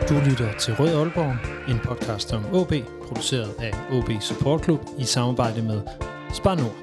Du lytter til Rød Aalborg, en podcast om OB, produceret af OB Support Club i samarbejde med Spar Nord.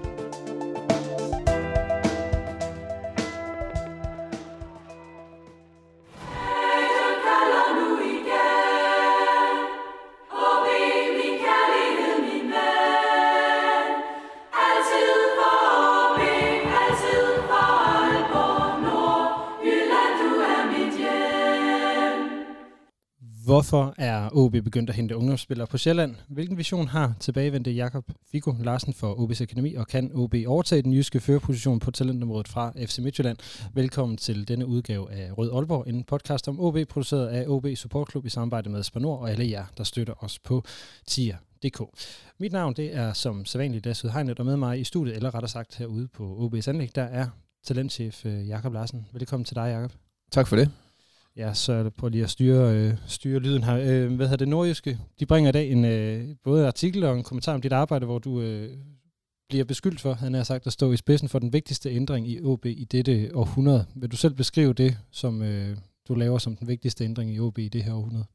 Hvorfor er OB begyndt at hente ungdomsspillere på Sjælland? Hvilken vision har tilbagevendte Jakob Figo Larsen for OB's Akademi, og kan OB overtage den jyske førerposition på talentområdet fra FC Midtjylland? Velkommen til denne udgave af Rød Aalborg, en podcast om OB, produceret af OB Support Club i samarbejde med Spar Nord og alle jer, der støtter os på tier.dk. Mit navn det er som sædvanligt Lasse Hegnet, og med mig i studiet, eller rettere sagt herude på OB's anlæg, der er talentchef Jakob Larsen. Velkommen til dig, Jakob. Tak for det. Ja, så prøv lige at styre lyden her. Hvad hedder det nordjyske? De bringer i dag en både artikel og en kommentar om dit arbejde, hvor du bliver beskyldt for, han har sagt, at stå i spidsen for den vigtigste ændring i OB i dette århundrede. Vil du selv beskrive det, som du laver som den vigtigste ændring i OB i det her århundrede?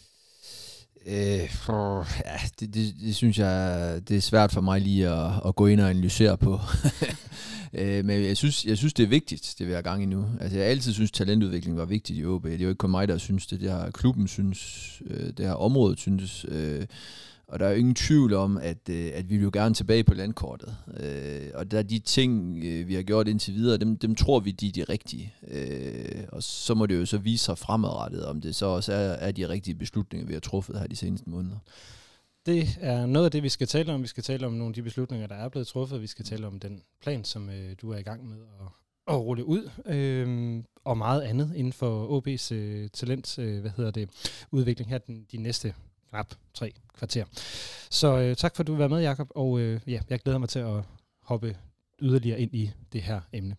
Det synes jeg, det er svært for mig lige at gå ind og analysere på. Men jeg synes, det er vigtigt, det vil jeg gang i nu. Altså, jeg altid synes, talentudvikling var vigtigt i OB. Det er jo ikke kun mig, der synes det. Det har klubben synes, det har området synes. Og der er jo ingen tvivl om, at vi vil jo gerne tilbage på landkortet. Og der er de ting, vi har gjort indtil videre, dem tror vi, de er de rigtige. Og så må det jo så vise sig fremadrettet, om det så også er de rigtige beslutninger, vi har truffet her de seneste måneder. Det er noget af det, vi skal tale om. Vi skal tale om nogle af de beslutninger, der er blevet truffet. Vi skal tale om den plan, som du er i gang med at rulle ud. Og meget andet inden for OB's talent, udvikling her de næste knap 3 kvarter. Så tak for, at du vil være med, Jakob. Og jeg glæder mig til at hoppe yderligere ind i det her emne.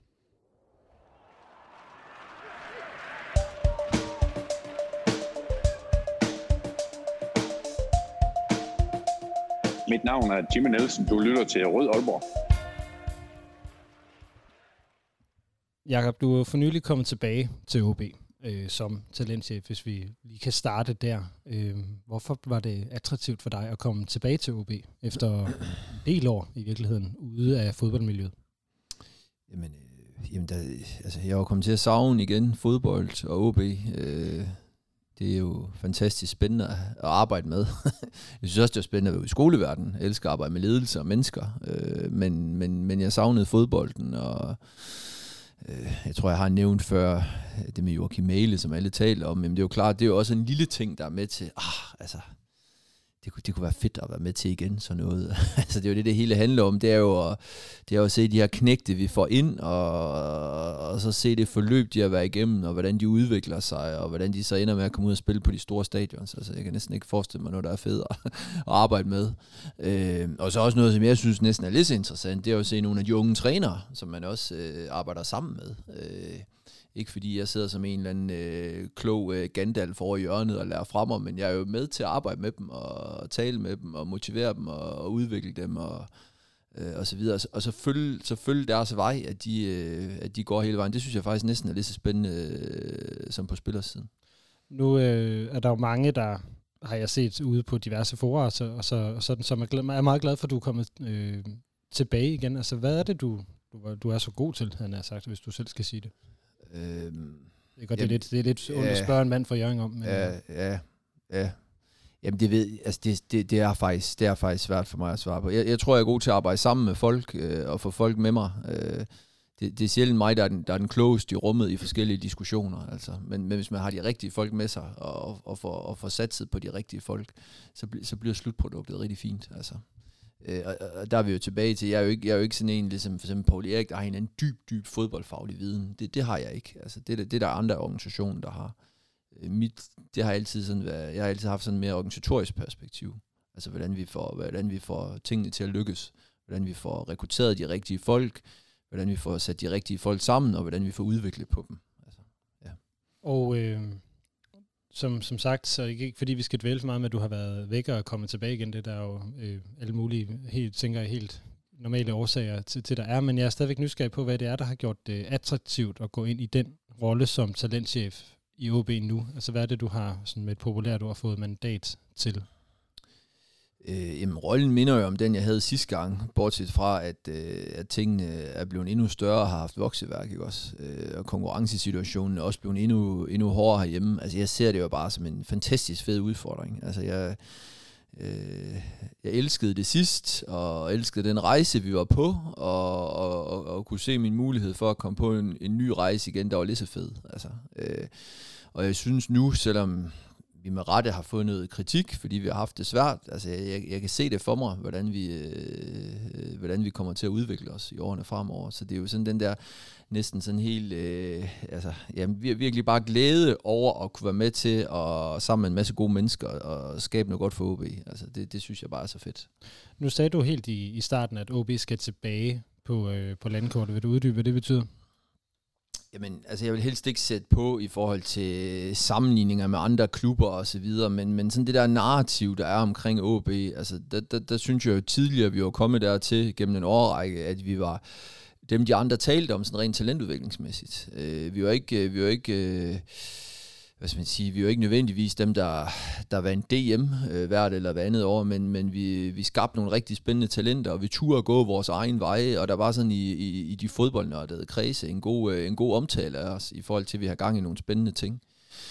Mit navn er Jimmy Nielsen. Du lytter til Rød Aalborg. Jakob, du er for nylig kommet tilbage til OB som talentchef, hvis vi lige kan starte der. Hvorfor var det attraktivt for dig at komme tilbage til OB efter en del år i virkeligheden ude af fodboldmiljøet? Jeg var kommet til at savne igen fodbold og OB. Det er jo fantastisk spændende at arbejde med. Jeg synes også, det er spændende at være i skoleverdenen. Jeg elsker at arbejde med ledelse og mennesker. Men jeg savnede fodbolden, og jeg tror, jeg har nævnt før det med Joachim Mæhle, som alle taler om. Men det er jo klart, det er jo også en lille ting, der er med til. Det kunne være fedt at være med til igen, sådan noget. Altså, det er jo det hele handler om. Det er jo at se de her knægte, vi får ind, og så se det forløb, de har været igennem, og hvordan de udvikler sig, og hvordan de så ender med at komme ud og spille på de store stadions. Altså, jeg kan næsten ikke forestille mig noget, der er fedt at arbejde med. Og så også noget, som jeg synes næsten er lidt så interessant, det er at se nogle af de unge trænere, som man også arbejder sammen med. Ikke fordi jeg sidder som en eller anden klog Gandalf over i hjørnet og lærer fra mig, men jeg er jo med til at arbejde med dem og tale med dem og motivere dem og udvikle dem og så videre. Og så følge deres vej, at de går hele vejen. Det synes jeg faktisk næsten er lige så spændende som på spillersiden. Nu er der jo mange, der har jeg set ude på diverse forer, som er meget glad for, at du er kommet tilbage igen. Altså, hvad er det, du er så god til, han har sagt, hvis du selv skal sige det? Det er godt, det er lidt ondt at spørge en mand fra Hjørring om. Men ja. Jamen det er faktisk svært for mig at svare på. Jeg tror, jeg er god til at arbejde sammen med folk og få folk med mig. Det er sjældent mig, der er den klogeste i rummet i forskellige diskussioner. Altså. Men hvis man har de rigtige folk med sig og får satset på de rigtige folk, så bliver slutproduktet rigtig fint. Altså. Og der er vi jo tilbage til, jeg er jo ikke sådan en, ligesom for eksempel Paul Erik, der har en anden dyb fodboldfaglig viden. Det har jeg ikke. Altså, det er der andre organisationer, der har. Det har altid sådan været, jeg har altid haft sådan en mere organisatorisk perspektiv. Altså, hvordan vi får tingene til at lykkes. Hvordan vi får rekrutteret de rigtige folk. Hvordan vi får sat de rigtige folk sammen, og hvordan vi får udviklet på dem. Altså, ja. Og som sagt, så ikke fordi vi skal dvæle for meget med, at du har været væk og kommet tilbage igen. Det der er jo alle mulige, helt normale årsager til der er. Men jeg er stadigvæk nysgerrig på, hvad det er, der har gjort det attraktivt at gå ind i den rolle som talentchef i OB nu? Altså hvad er det, du har sådan med et populært ord fået mandat til? Jamen, rollen minder jo om den, jeg havde sidste gang, bortset fra, at tingene er blevet endnu større og har haft vokseværk, ikke også? Og konkurrencesituationen er også blevet endnu hårdere herhjemme. Altså, jeg ser det jo bare som en fantastisk fed udfordring. Altså, jeg elskede det sidst, og elskede den rejse, vi var på, og kunne se min mulighed for at komme på en ny rejse igen, der var lige så fed. Altså, og jeg synes nu, selvom vi med rette har fået noget kritik, fordi vi har haft det svært. Altså, jeg kan se det for mig, hvordan vi kommer til at udvikle os i årene fremover. Så det er jo sådan den der næsten sådan helt, virkelig bare glæde over at kunne være med til at sammen med en masse gode mennesker og skabe noget godt for OB. Altså, det synes jeg bare er så fedt. Nu sagde du helt i starten, at OB skal tilbage på landkortet. Vil du uddybe, hvad det betyder? Jamen, altså jeg vil helst ikke sætte på i forhold til sammenligninger med andre klubber og så videre, men sådan det der narrativ, der er omkring OB, altså der synes jeg jo tidligere, vi var kommet dertil gennem en årrække, at vi var dem, de andre talte om, sådan rent talentudviklingsmæssigt. Vi var ikke hvad skal man sige, vi er jo ikke nødvendigvis dem, der var en DM hvert eller hver andet år, men vi skabte nogle rigtig spændende talenter, og vi turde gå vores egen veje, og der var sådan i de fodboldnørdede kredse en god omtale af os, i forhold til, at vi har gang i nogle spændende ting.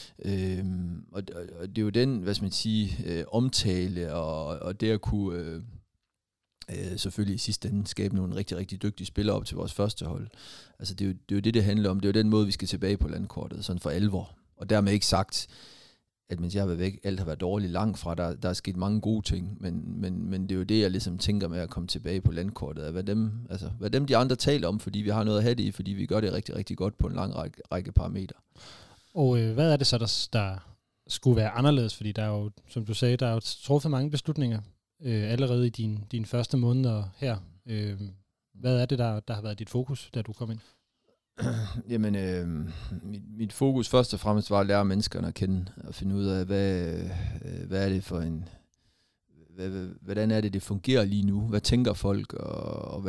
Og det er jo den, hvad skal man sige, omtale, og det at kunne selvfølgelig i sidste ende skabe nogle rigtig, rigtig dygtige spillere op til vores første hold. Altså det er jo det handler om. Det er jo den måde, vi skal tilbage på landkortet, sådan for alvor. Og dermed ikke sagt, at mens jeg har været væk, alt har været dårligt langt fra. Der er sket mange gode ting, men det er jo det, jeg ligesom tænker med at komme tilbage på landkortet. At hvad dem de andre taler om, fordi vi har noget at have det i, fordi vi gør det rigtig, rigtig godt på en lang række parametre. Og hvad er det så, der skulle være anderledes? Fordi der er jo, som du sagde, der er jo truffet mange beslutninger allerede i dine første måneder her. Hvad er det, der har været dit fokus, da du kom ind? Jamen, mit fokus først og fremmest var at lære menneskerne at kende, og finde ud af, hvad er det for en... Hvordan er det fungerer lige nu? Hvad tænker folk, og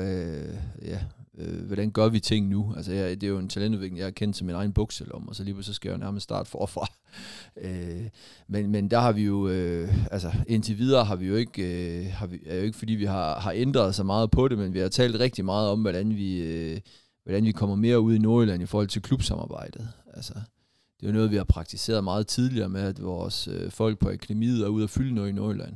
hvordan gør vi ting nu? Altså, det er jo en talentudvikling, jeg har kendt til min egen bukselom, og så lige så skal jeg jo nærmest starte forfra. Men der har vi jo, indtil videre har vi jo ikke, er jo ikke fordi vi har ændret så meget på det, men vi har talt rigtig meget om, hvordan vi kommer mere ud i Nordjylland i forhold til klubsamarbejdet. Altså, det er jo noget, vi har praktiseret meget tidligere med, at vores folk på akademiet er ude at fylde noget i Nordjylland.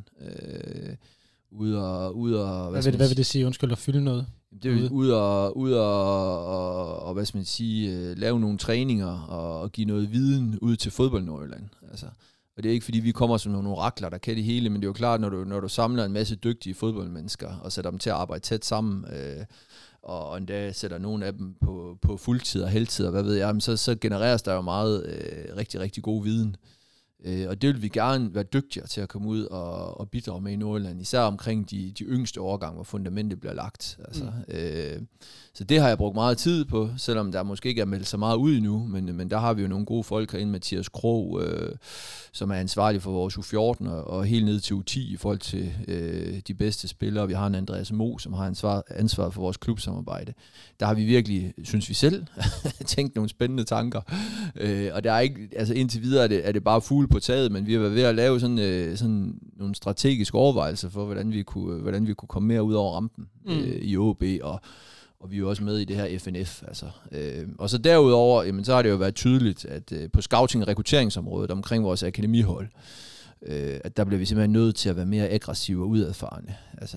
Hvad vil det sige? Undskyld, at fylde noget? Det er ude og hvad skal man sige, lave nogle træninger og give noget viden ud til fodbold Nordjylland. Altså, og det er ikke fordi, vi kommer som nogle orakler, der kan det hele, men det er jo klart, når du samler en masse dygtige fodboldmennesker og sætter dem til at arbejde tæt sammen, og endda sætter nogle af dem på fuldtid og heltid, og hvad ved jeg, så genereres der jo meget rigtig, rigtig god viden. Og det vil vi gerne være dygtigere til at komme ud og bidrage med i Nordjylland, især omkring de yngste årgange, hvor fundamentet bliver lagt. Altså, så det har jeg brugt meget tid på, selvom der måske ikke er meldt så meget ud endnu, men der har vi jo nogle gode folk herinde, Mathias Krog, som er ansvarlig for vores U14 og helt ned til U10 i forhold til de bedste spillere. Vi har en Andreas Mo, som har ansvaret for vores klubsamarbejde. Der har vi virkelig, synes vi selv, tænkt nogle spændende tanker. Og der er ikke, altså indtil videre er det bare fugle på taget, men vi har været ved at lave sådan nogle strategiske overvejelser for, hvordan vi kunne komme mere ud over rampen i OB, og vi er jo også med i det her FNF. Altså. Og så derudover, jamen, så har det jo været tydeligt, at på scouting- og rekrutteringsområdet omkring vores akademihold, at der bliver vi simpelthen nødt til at være mere aggressive og udadfarende. Altså,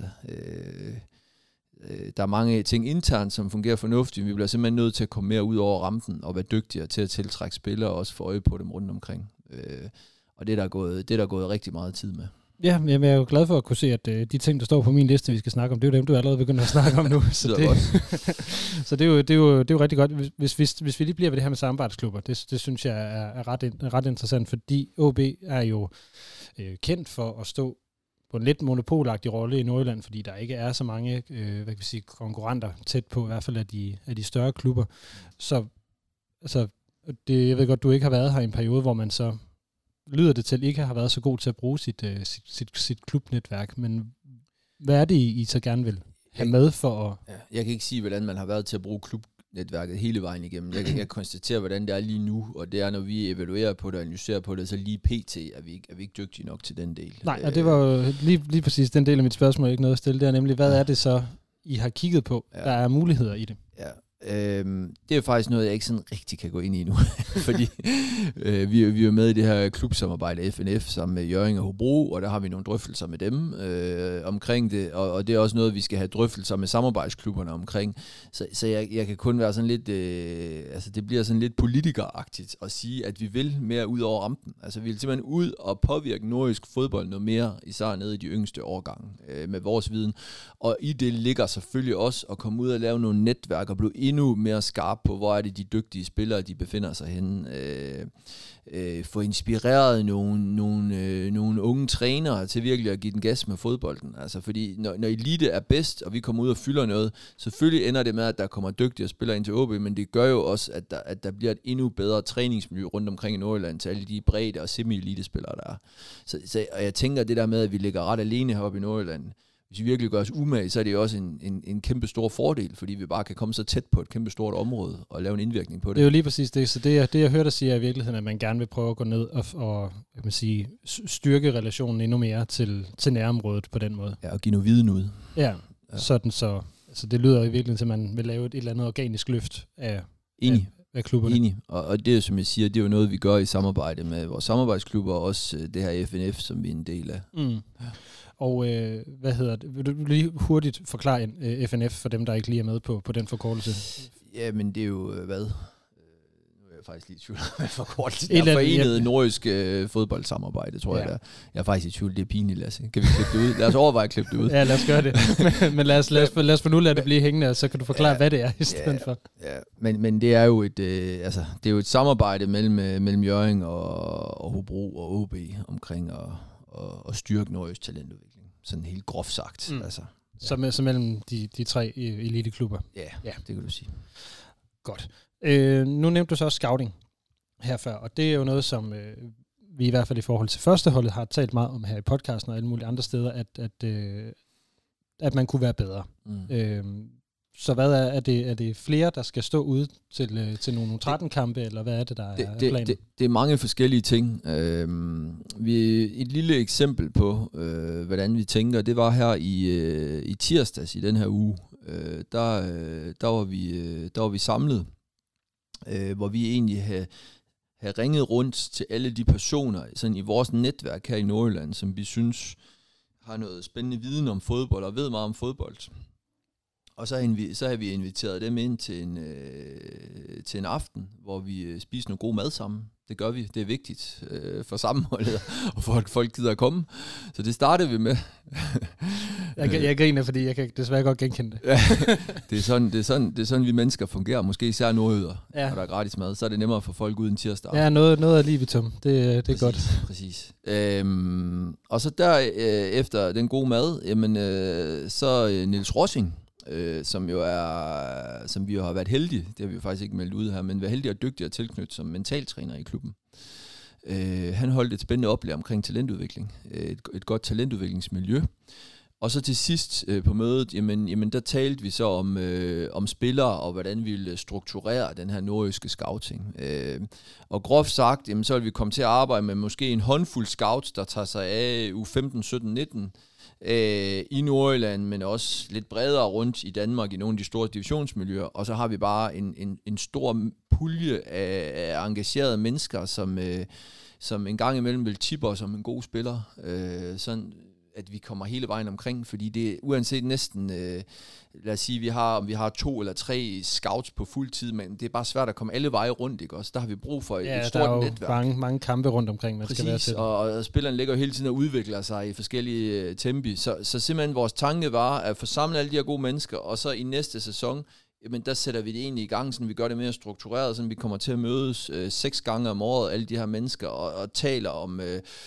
der er mange ting internt, som fungerer fornuftigt. Vi bliver simpelthen nødt til at komme mere ud over rampen og være dygtigere til at tiltrække spillere og også få øje på dem rundt omkring. Og det er der gået rigtig meget tid med. Ja, men jeg er jo glad for at kunne se, at de ting, der står på min liste, vi skal snakke om, det er jo dem, du allerede begynder at snakke om nu. Så så det er jo rigtig godt. Hvis vi lige bliver ved det her med samarbejdsklubber, det synes jeg er ret interessant, fordi OB er jo kendt for at stå på en lidt monopolagtig rolle i Nordjylland, fordi der ikke er så mange konkurrenter tæt på, i hvert fald af de større klubber. Så altså, jeg ved godt, du ikke har været her i en periode, hvor man så lyder det til, ikke har været så god til at bruge sit klubnetværk, men hvad er det, I så gerne vil have med for at... Ja, jeg kan ikke sige, hvordan man har været til at bruge netværket hele vejen igennem. Jeg kan konstatere, hvordan det er lige nu, og det er, når vi evaluerer på det og analyserer på det, så lige pt. er vi ikke dygtige nok til den del. Nej, og det var jo lige præcis den del af mit spørgsmål, ikke noget at stille. Det er nemlig, hvad er det så, I har kigget på, der er muligheder i det? Ja. Det er jo faktisk noget, jeg ikke sådan rigtig kan gå ind i nu, fordi vi er med i det her klubsamarbejde FNF sammen med Hjørring og Hobro, og der har vi nogle drøftelser med dem omkring det, og det er også noget, vi skal have drøftelser med samarbejdsklubberne omkring. Så jeg kan kun være sådan lidt, det bliver sådan lidt politikeragtigt at sige, at vi vil mere ud over rampen. Altså vi vil simpelthen ud og påvirke nordisk fodbold noget mere, især nede i de yngste årgange med vores viden. Og i det ligger selvfølgelig også at komme ud og lave nogle netværk og blive endnu mere skarp på, hvor er det de dygtige spillere, de befinder sig henne. Få inspireret nogle unge trænere til virkelig at give den gas med fodbolden. Altså fordi når elite er bedst, og vi kommer ud og fylder noget, selvfølgelig ender det med, at der kommer dygtige spillere ind til OB, men det gør jo også, at der bliver et endnu bedre træningsmiljø rundt omkring i Nordjylland til alle de bredde og semi-elite spillere, der er. Og jeg tænker, det der med, at vi ligger ret alene heroppe i Nordjylland, hvis vi virkelig gør os umage, så er det jo også en kæmpe stor fordel, fordi vi bare kan komme så tæt på et kæmpe stort område og lave en indvirkning på det. Det er jo lige præcis det. Så det jeg hører dig sige er i virkeligheden, at man gerne vil prøve at gå ned og styrke relationen endnu mere til nærområdet på den måde. Ja, og give noget viden ud. Ja. Sådan så det lyder i virkeligheden til, at man vil lave et eller andet organisk løft af klubberne. Enig. Og det er jo, som jeg siger, det er jo noget, vi gør i samarbejde med vores samarbejdsklubber, og også det her FNF, som vi er en del af. Mm. Ja. Og hvad hedder det? Vil du lige hurtigt forklare FNF for dem, der ikke lige er med på den forkortelse? Ja, men det er jo hvad? Nu er jeg faktisk lige i tvivl med forkortelse. Det er forenet nordisk fodboldsamarbejde, tror jeg. Der. Jeg er faktisk i tvivl, det er pinligt, Lasse. Kan vi klippe det ud? Lad os overveje at klippe det ud. Ja, lad os gøre det. Men lad os for nu lade det blive hængende, og så kan du forklare, hvad det er i stedet for. Ja, men det er jo et samarbejde mellem Hjørring og Hobro og OB omkring og styrke nordisk talentudvikling. Sådan helt groft sagt. Mm. Altså, så mellem de tre eliteklubber. Ja, det kan du sige. Godt. Nu nævnte du så også scouting her før, og det er jo noget, som vi i hvert fald i forhold til førsteholdet har talt meget om her i podcasten og alle mulige andre steder, at man kunne være bedre. Mm. Så hvad er det flere, der skal stå ude til nogle 13-kampe, eller hvad er det, der er planen? Det er mange forskellige ting. Et lille eksempel på, hvordan vi tænker, det var her i tirsdags i den her uge. Der var vi samlet, hvor vi egentlig havde ringet rundt til alle de personer sådan i vores netværk her i Nordjylland, som vi synes har noget spændende viden om fodbold og ved meget om fodbold. Og så har vi inviteret dem ind til en aften, hvor vi spiser noget god mad sammen. Det gør vi. Det er vigtigt for sammenholdet, og for at folk gider at komme. Så det startede vi med. Jeg griner, fordi jeg kan desværre godt genkende det. Ja, det er sådan, vi mennesker fungerer. Måske især nordjyder, når der er gratis mad. Så er det nemmere for folk uden tirsdag. Ja, noget af livet. Det er præcis, godt. Præcis. Og så der efter den gode mad, så Niels Rossing, som vi jo har været heldige, det har vi jo faktisk ikke meldt ud her, men været heldige og dygtige at tilknytte som mentaltræner i klubben. Han holdt et spændende oplæg omkring talentudvikling, et godt talentudviklingsmiljø. Og så til sidst på mødet, jamen der talte vi så om spillere og hvordan vi ville strukturere den her nordjyske scouting. Og groft sagt, jamen, så vil vi komme til at arbejde med måske en håndfuld scouts, der tager sig af U15, 17, 19 i Nordjylland, men også lidt bredere rundt i Danmark i nogle af de store divisionsmiljøer. Og så har vi bare en stor pulje af engagerede mennesker, som en gang imellem vil tippe os som en god spiller. Sådan at vi kommer hele vejen omkring, fordi det er uanset næsten, lad os sige, vi har 2 eller 3 scouts på fuld tid, men det er bare svært at komme alle veje rundt, ikke også? Der har vi brug for et stort netværk. Ja, der er jo mange kampe rundt omkring, man skal være til. Og spilleren ligger jo hele tiden og udvikler sig i forskellige tempi, så simpelthen vores tanke var at få samlet alle de her gode mennesker, og så i næste sæson, jamen der sætter vi det egentlig i gang, så vi gør det mere struktureret, så vi kommer til at mødes 6 gange om året, alle de her mennesker, og taler om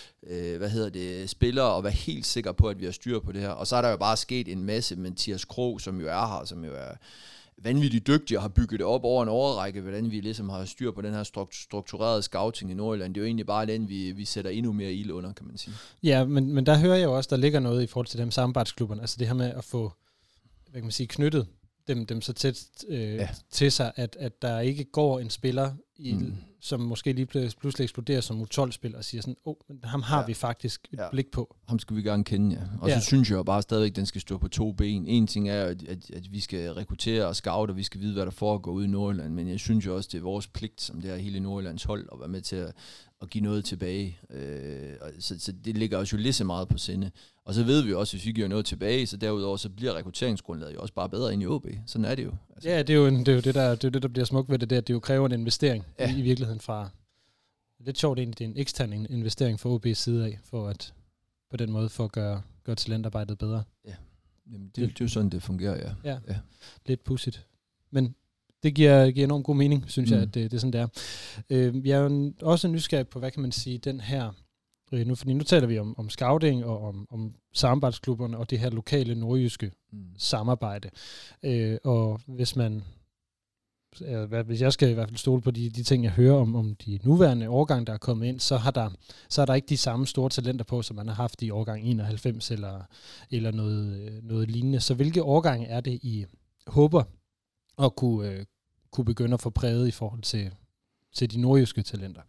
spillere, og være helt sikker på, at vi har styr på det her. Og så er der jo bare sket en masse med Mathias Krog, som jo er her, som jo er vanvittigt dygtig og har bygget det op over en årrække, hvordan vi ligesom har styr på den her strukturerede scouting i Nordjylland. Det er jo egentlig bare den, vi sætter endnu mere ild under, kan man sige. Ja, men der hører jeg jo også, der ligger noget i forhold til dem samarbejdsklubberne, altså det her med at få, hvad kan man sige, knyttet dem så tæt til sig, at der ikke går en spiller, som måske lige pludselig eksploderer som U12-spiller og siger sådan, ham har vi faktisk et blik på. Ham skal vi gerne kende, ja. Og så synes jeg jo bare stadigvæk, at den skal stå på 2 ben. En ting er, at vi skal rekruttere og scout, og vi skal vide, hvad der foregår ude i Nordjylland, men jeg synes jo også, det er vores pligt, som det er hele Nordjyllands hold, at være med til at give noget tilbage. Så det ligger os jo lige så meget på sinde. Og så ved vi også, hvis vi giver noget tilbage, så derudover så bliver rekrutteringsgrundlaget jo også bare bedre end i OB. Sådan er det jo. Altså. Ja, det er jo det, der bliver smukt ved det der. Det jo kræver en investering i virkeligheden fra... Lidt sjovt egentlig, det er en ekstern investering fra OB's side af, for at på den måde for at gøre talentarbejdet bedre. Ja, jamen, det er jo sådan, det fungerer, ja. Lidt pudsigt. Men det giver enormt god mening, synes jeg, at det er sådan, det er. Jeg er jo også nysgerrig på, hvad kan man sige, den her... Nu taler vi om scouting og om samarbejdsklubberne og det her lokale nordjyske samarbejde. Og hvis jeg skal i hvert fald stole på de ting, jeg hører om de nuværende årgange, der er kommet ind, så er der ikke de samme store talenter på, som man har haft i årgang 91 eller noget lignende. Så hvilke årgange er det, I håber at kunne begynde at få præget i forhold til de nordjyske talenter?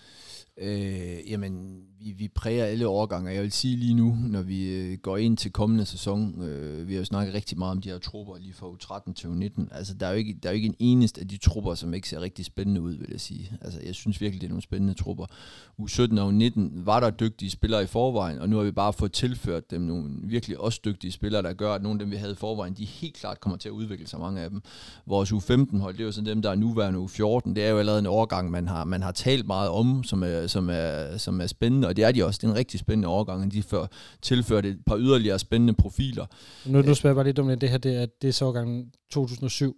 Jamen, vi præger alle årgange. Jeg vil sige lige nu, når vi går ind til kommende sæson, vi har jo snakket rigtig meget om de her trupper lige fra U13 til U19. Altså, der er jo ikke en eneste af de trupper, som ikke ser rigtig spændende ud, vil jeg sige. Altså, jeg synes virkelig, det er nogle spændende trupper. U17 og U19 var der dygtige spillere i forvejen, og nu har vi bare fået tilført dem nogle virkelig også dygtige spillere, der gør, at nogle af dem, vi havde i forvejen, de helt klart kommer til at udvikle sig, mange af dem. Vores U15-hold, det er jo sådan dem, der er nuværende U14. Det er jo allerede en årgang, man har talt meget om, som er spændende, og det er de også. Det er en rigtig spændende årgang, de får tilført et par yderligere spændende profiler. Nu spørger jeg bare lidt om det her, det er så årgangen 2007.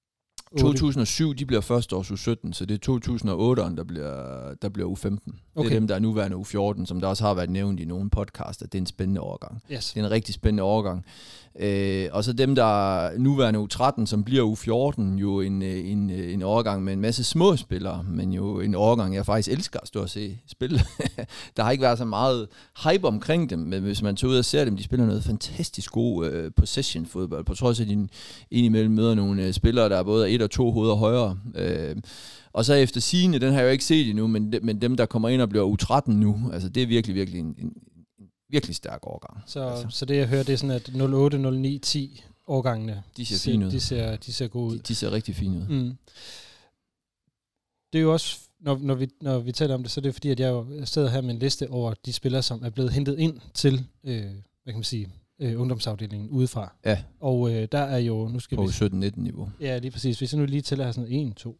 2007, de bliver første års U17, så det er 2008'eren, der bliver U15. Okay. Det er dem, der er nuværende U14, som der også har været nævnt i nogle podcaster. Det er en spændende årgang. Yes. Det er en rigtig spændende årgang. Og så dem, der er nuværende U13, som bliver U14, jo en årgang med en masse små spillere, men jo en årgang, jeg faktisk elsker at stå og se spille. Der har ikke været så meget hype omkring dem, men hvis man tager ud og ser dem, de spiller noget fantastisk god possession-fodbold, på trods af, at de indimellem møder nogle spillere, der er både 1 og 2 hoveder højere. Og så efter sigende, den har jeg jo ikke set endnu, men dem, der kommer ind og bliver U13 nu, altså det er virkelig, virkelig en virkelig stærk årgang. Så det jeg hører, det er sådan, at 08, 09, 10 årgangene, de ser fine ud. De ser gode ud. De ser rigtig fine ud. Det er jo også, når vi taler om det, så er det fordi, at jeg jo sidder her med en liste over de spillere, som er blevet hentet ind til, hvad kan man sige, ungdomsafdelingen udefra. Ja. Og der er jo... Nu skal på 17-19 niveau. Ja, lige præcis. Hvis jeg nu lige tæller her sådan 1, 2,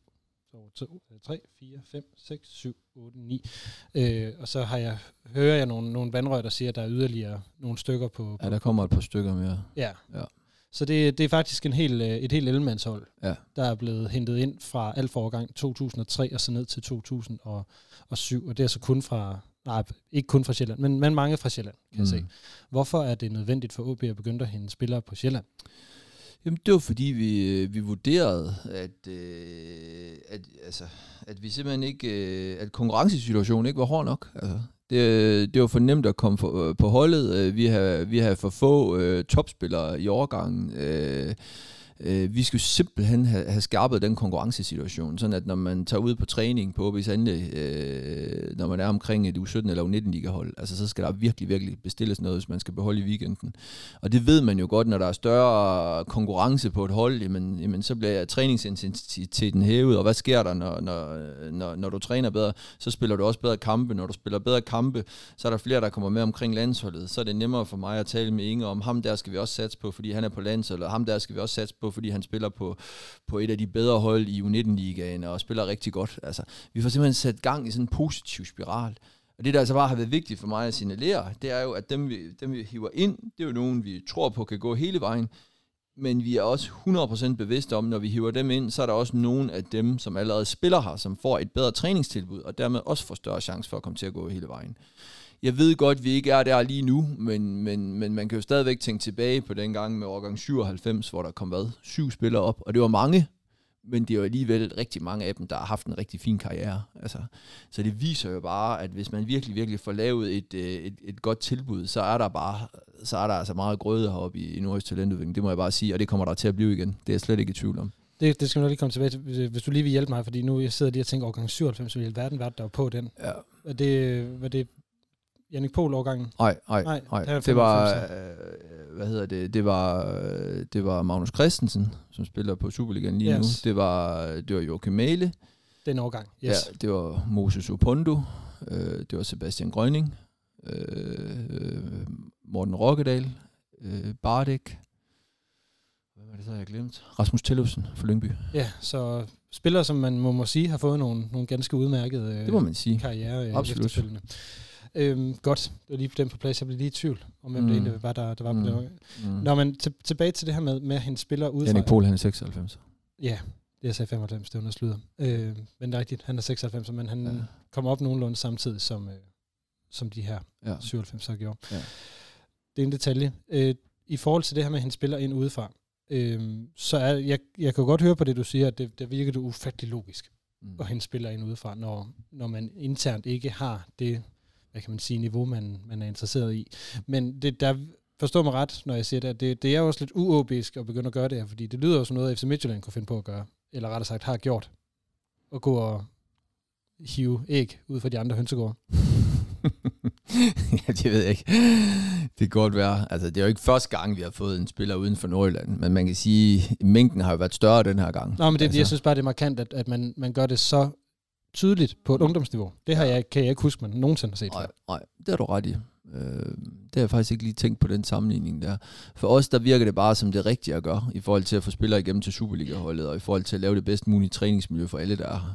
3, 4, 5, 6, 7, 8, 9. Og så hører jeg nogle vandrør, der siger, at der er yderligere nogle stykker på... Ja, der kommer et par stykker mere. Ja. Så det er faktisk et helt ellemandshold, der er blevet hentet ind fra alt fra årgang 2003 og så ned til 2007. Og det er så kun fra... Nej, ikke kun fra Sjælland, men mange fra Sjælland, kan jeg se. Hvorfor er det nødvendigt for OB at begynde at hente spillere på Sjælland? Jamen, det var fordi, vi vurderede, at vi simpelthen ikke... at konkurrencesituationen ikke var hård nok. Altså, det var for nemt at komme på holdet. Vi har for få topspillere i årgangen. Vi skulle simpelthen have skærpet den konkurrencesituation, sådan at når man tager ud på træning på OB's anlæg, når man er omkring et U17 eller U19-ligahold, altså så skal der virkelig, virkelig bestilles noget, hvis man skal beholde i weekenden. Og det ved man jo godt, når der er større konkurrence på et hold, jamen så bliver træningsintensiteten hævet, og hvad sker der, når du træner bedre, så spiller du også bedre kampe. Når du spiller bedre kampe, så er der flere, der kommer med omkring landsholdet. Så er det nemmere for mig at tale med Inge om, ham der skal vi også satse på, fordi han er på landsholdet, og ham der skal vi også satse på, fordi han spiller på et af de bedre hold i U19-ligaen og spiller rigtig godt. Altså, vi får simpelthen sat gang i sådan en positiv spiral. Og det, der altså bare har været vigtigt for mig at signalere, det er jo, at dem vi hiver ind, det er jo nogen, vi tror på kan gå hele vejen. Men vi er også 100% bevidste om, når vi hiver dem ind, så er der også nogen af dem, som allerede spiller her, som får et bedre træningstilbud, og dermed også får større chance for at komme til at gå hele vejen. Jeg ved godt, at vi ikke er der lige nu, men man kan jo stadigvæk tænke tilbage på den gang med årgang 97, hvor der kom 7 spillere op, og det var mange, men det er jo alligevel rigtig mange af dem, der har haft en rigtig fin karriere. Altså, så det viser jo bare, at hvis man virkelig, virkelig får lavet et godt tilbud, så er der altså meget grøde heroppe i Nordjysk Talentudvikling. Det må jeg bare sige, og det kommer der til at blive igen. Det er jeg slet ikke i tvivl om. Det skal vi nok lige komme tilbage til, hvis du lige vil hjælpe mig, fordi nu jeg sidder lige og tænker årgang 97, så vil verden være der på den. Ja. Var det Jannik Pohl-årgangen? Nej. Det var, det var Magnus Christensen, som spiller på Superligaen lige nu. Det var Joachim Mæhle. Den årgang, yes. Ja, det var Moses Opondo. Det var Sebastian Grønning. Morten Rokkedal. Bardek. Hvad var det så, jeg glemt? Rasmus Tillufsen fra Lyngby. Ja, så spillere, som man må sige, har fået nogle ganske udmærkede det må man sige. Karriere efterfølgende. Godt, det var lige på den på plads. Jeg blev lige i tvivl om, hvem det egentlig var, der var på den. Når man tilbage til det her med at hente spillere udefra. Jannik Pohl, han er 96. Ja, det jeg sagde 95, det var noget sludder. Men det er rigtigt, han er 96, men han kommer op nogenlunde samtidig, som de her 97 har gjort. Ja. Det er en detalje. I forhold til det her med at hente spillere ind udefra, så jeg kan godt høre på det, du siger, at det virker det ufattelig logisk at hente spillere ind udefra, når man internt ikke har det, hvad kan man sige, niveau, man er interesseret i. Men der forstår mig ret, når jeg siger det, det er også lidt uåbisk at begynde at gøre det her, fordi det lyder jo som noget, FC Midtjylland kunne finde på at gøre, eller rettere sagt har gjort, at gå og hive æg ud fra de andre hønsegårde. Ja, det ved jeg ikke. Det kan godt være. Altså, det er jo ikke første gang, vi har fået en spiller uden for Nordjylland, men man kan sige, at mængden har jo været større den her gang. Nå, men jeg synes bare, det er markant, at man gør det så tydeligt på et ungdomsniveau. Det kan jeg ikke huske, man nogensinde har set. Nej, det har du ret i. Det har jeg faktisk ikke lige tænkt på den sammenligning der. For os, der virker det bare som det rigtige at gøre, i forhold til at få spillere igennem til Superliga-holdet, og i forhold til at lave det bedst mulige træningsmiljø for alle, der er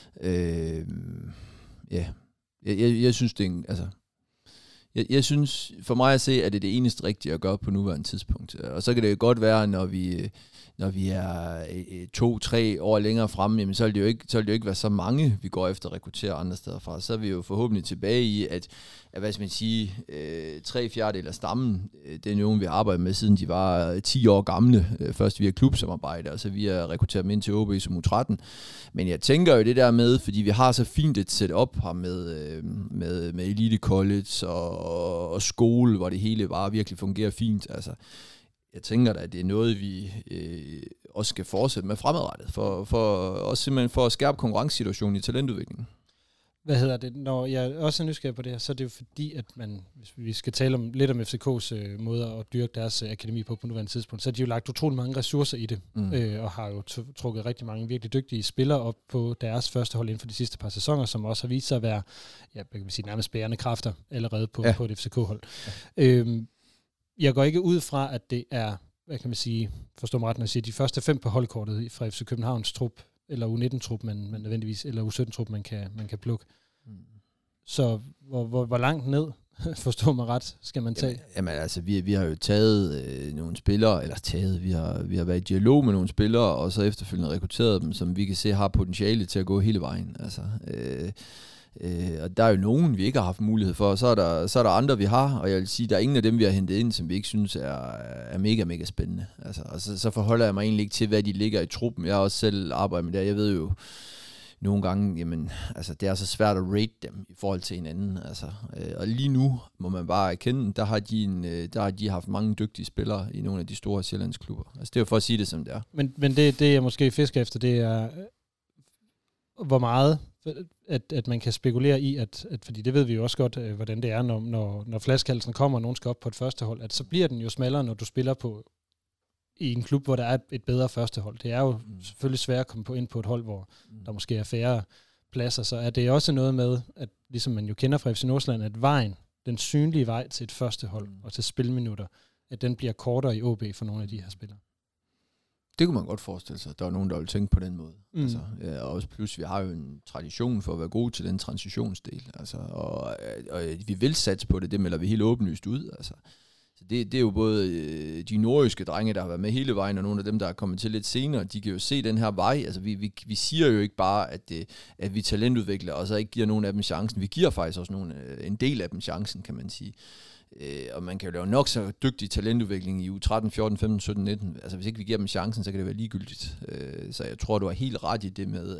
her. Jeg synes, det er en, altså, jeg synes, for mig at se, at det er det eneste rigtige at gøre på nuværende tidspunkt. Og så kan det godt være, når vi er 2-3 år længere fremme, jamen, så vil det jo ikke være så mange, vi går efter at rekruttere andre steder fra. Så er vi jo forhåbentlig tilbage i, at hvad skal man sige, 3/4 af stammen, det er nogen, vi har arbejdet med, siden de var 10 år gamle, først via klubsamarbejde, og så vi har rekrutteret dem ind til OB som U13. Men jeg tænker jo det der med, fordi vi har så fint et setup her med Elite College og skole, hvor det hele bare virkelig fungerer fint. Altså, jeg tænker da, at det er noget, vi også skal fortsætte med fremadrettet, også simpelthen for at skærpe konkurrencesituationen i talentudviklingen. Hvad hedder det? Når jeg også er nysgerrig på det her, så er det jo fordi, at hvis vi skal tale lidt om FCK's måder at dyrke deres akademi på nuværende tidspunkt, så har de jo lagt utrolig mange ressourcer i det, og har jo trukket rigtig mange virkelig dygtige spillere op på deres første hold inden for de sidste par sæsoner, som også har vist sig at være, kan vi sige, nærmest bærende kræfter allerede på et FCK-hold. Ja. Jeg går ikke ud fra, at det er, hvad kan man sige, forstår mig ret, når jeg siger, de første 5 på holdkortet fra FC Københavns trup, eller U19-trup, man nødvendigvis, eller U17-trup, man kan plukke. Så hvor langt ned, forstår mig ret, skal man tage? Jamen altså, vi har jo taget nogle spillere, vi har været i dialog med nogle spillere, og så efterfølgende rekrutteret dem, som vi kan se har potentiale til at gå hele vejen. Altså, og der er jo nogen, vi ikke har haft mulighed for, og så er der andre, vi har, og jeg vil sige, der er ingen af dem, vi har hentet ind, som vi ikke synes er mega, mega spændende. Altså, og så forholder jeg mig egentlig ikke til, hvad de ligger i truppen. Jeg har også selv arbejdet med det, jeg ved jo nogle gange, jamen, altså, det er så svært at rate dem i forhold til hinanden. Altså, og lige nu må man bare erkende, der har de haft mange dygtige spillere i nogle af de store sjællandsklubber. Altså, det er jo for at sige det, som det er. Men det jeg måske fisker efter, det er, hvor meget at man kan spekulere i, at fordi det ved vi jo også godt, hvordan det er, når flaskehalsen kommer, og nogen skal op på et førstehold, at så bliver den jo smallere, når du spiller på i en klub, hvor der er et bedre førstehold. Det er jo selvfølgelig svært at komme ind på et hold, hvor der måske er færre pladser, så er det også noget med, at ligesom man jo kender fra FC Nordsjælland, at vejen, den synlige vej til et førstehold og til spilminutter, at den bliver kortere i OB for nogle af de her spillere. Det kunne man godt forestille sig. Der er nogen, der vil tænke på den måde. Altså, og også plus, vi har jo en tradition for at være gode til den transitionsdel. Altså, og vi vil satse på det melder vi helt åbenlyst ud. Altså. Så det er jo både de nordjyske drenge, der har været med hele vejen, og nogle af dem, der er kommet til lidt senere, de kan jo se den her vej. Altså, vi siger jo ikke bare, at vi talentudvikler, og så ikke giver nogen af dem chancen. Vi giver faktisk også en del af dem chancen, kan man sige. Og man kan jo lave nok så dygtig talentudvikling i uge 13, 14, 15, 17, 19. Altså hvis ikke vi giver dem chancen, så kan det være ligegyldigt. Så jeg tror, du har helt ret i det med,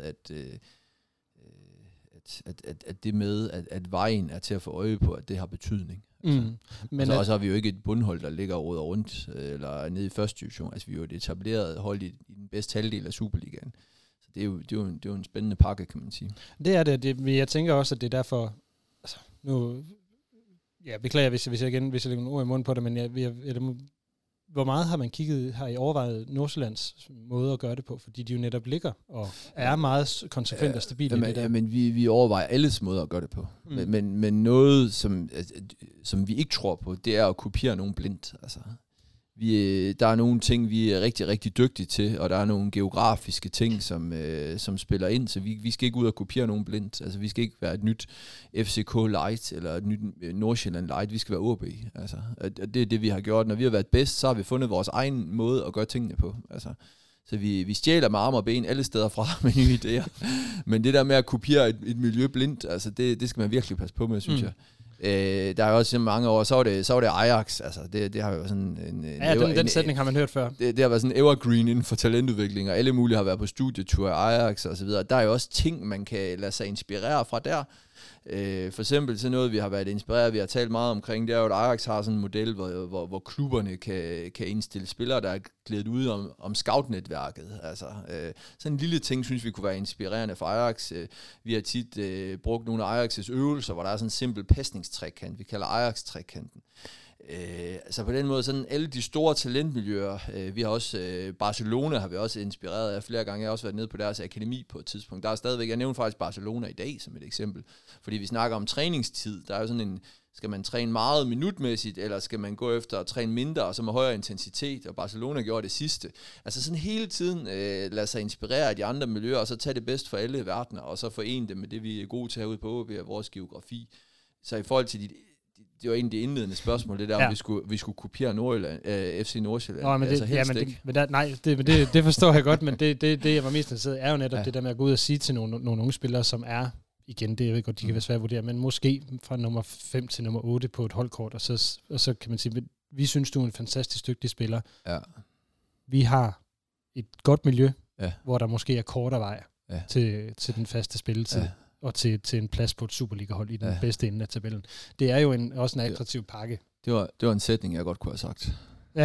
at det med, at vejen er til at få øje på, at det har betydning. Men og så har vi jo ikke et bundhold, der ligger og råder rundt, eller nede i første division. Altså vi er jo et etableret hold i den bedste halvdel af Superligaen. Så det er jo en spændende pakke, kan man sige. Det er det. Men jeg tænker også, at det er derfor... Altså, nu... Ja, beklager, hvis jeg lægger nogle ord i munden på det, men hvor meget har man har I overvejet Nordsjællands måde at gøre det på? Fordi de jo netop ligger og er meget konsekvent og stabile i det der. Men vi overvejer alles måder at gøre det på. Men noget, som vi ikke tror på, det er at kopiere nogen blindt. Altså, der er nogle ting, vi er rigtig, rigtig dygtige til, og der er nogle geografiske ting, som spiller ind, så vi skal ikke ud og kopiere nogen blindt. Altså, vi skal ikke være et nyt FCK Light, eller et nyt Nordsjælland Light, vi skal være OB. Altså, og det er det, vi har gjort. Når vi har været bedst, så har vi fundet vores egen måde at gøre tingene på. Altså, så vi stjæler med arme og ben alle steder fra med nye idéer. Men det der med at kopiere et miljø blindt, altså det skal man virkelig passe på med, synes jeg. Der er jo også mange år, så var det Ajax, altså det har jo sådan den sætning har man hørt før. Det har været sådan en evergreen inden for talentudvikling, og alle mulige har været på studietur af Ajax og så videre. Der er jo også ting, man kan lade sig inspirere fra der. For eksempel så noget, vi har været inspireret, vi har talt meget omkring, det er jo, at Ajax har sådan en model, hvor klubberne kan indstille spillere, der er glædet ud om scout-netværket. Altså, sådan en lille ting, synes vi kunne være inspirerende for Ajax. Vi har tit brugt nogle af Ajax' øvelser, hvor der er sådan en simpel pasningstrekant, vi kalder Ajax-trekanten. Så på den måde, sådan alle de store talentmiljøer, vi har også, Barcelona har vi også inspireret af flere gange, jeg har også været nede på deres akademi på et tidspunkt, der er stadigvæk, jeg nævner faktisk Barcelona i dag som et eksempel, fordi vi snakker om træningstid, der er jo sådan skal man træne meget minutmæssigt, eller skal man gå efter at træne mindre, og så med højere intensitet, og Barcelona gjorde det sidste. Altså sådan hele tiden lade sig inspirere af de andre miljøer, og så tage det bedst for alle verdener, og så forene det med det, vi er gode til herude på OB og vores geografi. Så i forhold til det var egentlig det indledende spørgsmål, det der, om vi skulle kopiere Nordjylland, FC Nordsjælland. Nå, men det, altså, det forstår jeg godt, men det jeg var mest interesseret er jo netop det der med at gå ud og sige til nogle unge spillere, som er, igen, det er jo godt, de kan være svært at vurdere, men måske fra nummer 5 til nummer 8 på et holdkort, og så kan man sige, vi synes, du er en fantastisk dygtig spiller. Ja. Vi har et godt miljø, hvor der måske er kortere vej til den faste spilletid. Og til en plads på et Superliga-hold i den bedste ende af tabellen. Det er jo også en attraktiv pakke. Det var en sætning, jeg godt kunne have sagt. Ja.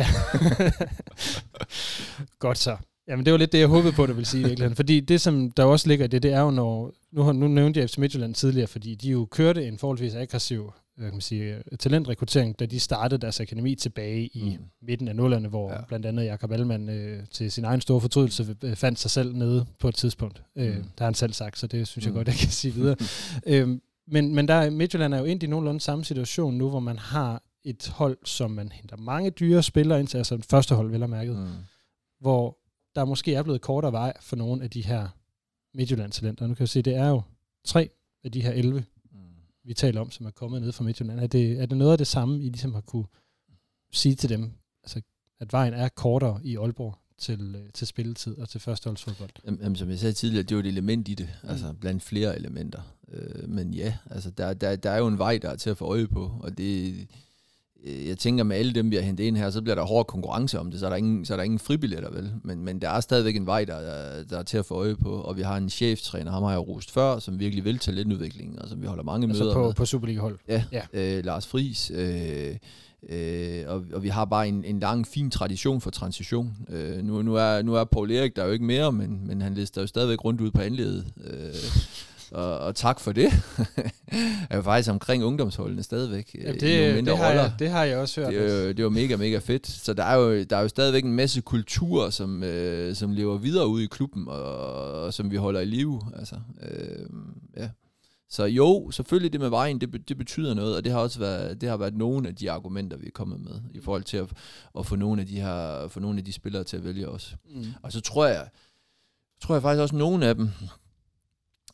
Godt så. Jamen, det var lidt det, jeg håbede på, du ville sige i virkeligheden. Fordi det, som der også ligger i det er jo, når... Nu nævnte jeg FC Midtjylland tidligere, fordi de jo kørte en forholdsvis aggressiv talentrekruttering, da de startede deres akademi tilbage i midten af 0'erne, hvor blandt andet Jakob Allmann til sin egen store fortrydelse fandt sig selv nede på et tidspunkt. Der har han selv sagt, så det synes jeg godt, jeg kan sige videre. Men der Midtjylland er jo egentlig i nogenlunde samme situation nu, hvor man har et hold, som man henter mange dyre spillere ind til, altså første hold, vel og mærket, hvor der måske er blevet kortere vej for nogle af de her Midtjylland-talenter. Nu kan jeg se, det er jo 3 af de her 11, vi taler om, som er kommet ned fra Midtjylland. Er det noget af det samme, I ligesom har kunne sige til dem, altså, at vejen er kortere i Aalborg til spilletid og til førsteholdsfodbold? Jamen, som jeg sagde tidligere, det er jo et element i det, altså blandt flere elementer. Men ja, altså der er jo en vej, der er til at få øje på, og det... Jeg tænker, med alle dem, vi har hentet ind her, så bliver der hård konkurrence om det, så er der ingen fribilletter, vel? Men der er stadigvæk en vej, der er til at få øje på, og vi har en cheftræner, ham har jeg rost før, som virkelig vil talentudviklingen, og som vi holder mange møder med. På Superliga-hold? Ja. Lars Friis, og vi har bare en lang, fin tradition for transition. Nu er Paul Erik der jo ikke mere, men han lister jo stadigvæk rundt ud på anledet. Og tak for det. Er jo faktisk omkring ungdomsholdene stadigvæk. Det har jeg også hørt. Det var mega, mega fedt. Så der er jo stadigvæk en masse kultur, som lever videre ude i klubben, og som vi holder i live. Altså, ja. Så jo, selvfølgelig det med vejen, det betyder noget, og det har været nogle af de argumenter, vi er kommet med, i forhold til at få nogle af de spillere til at vælge os. Og så tror jeg faktisk også, nogle af dem,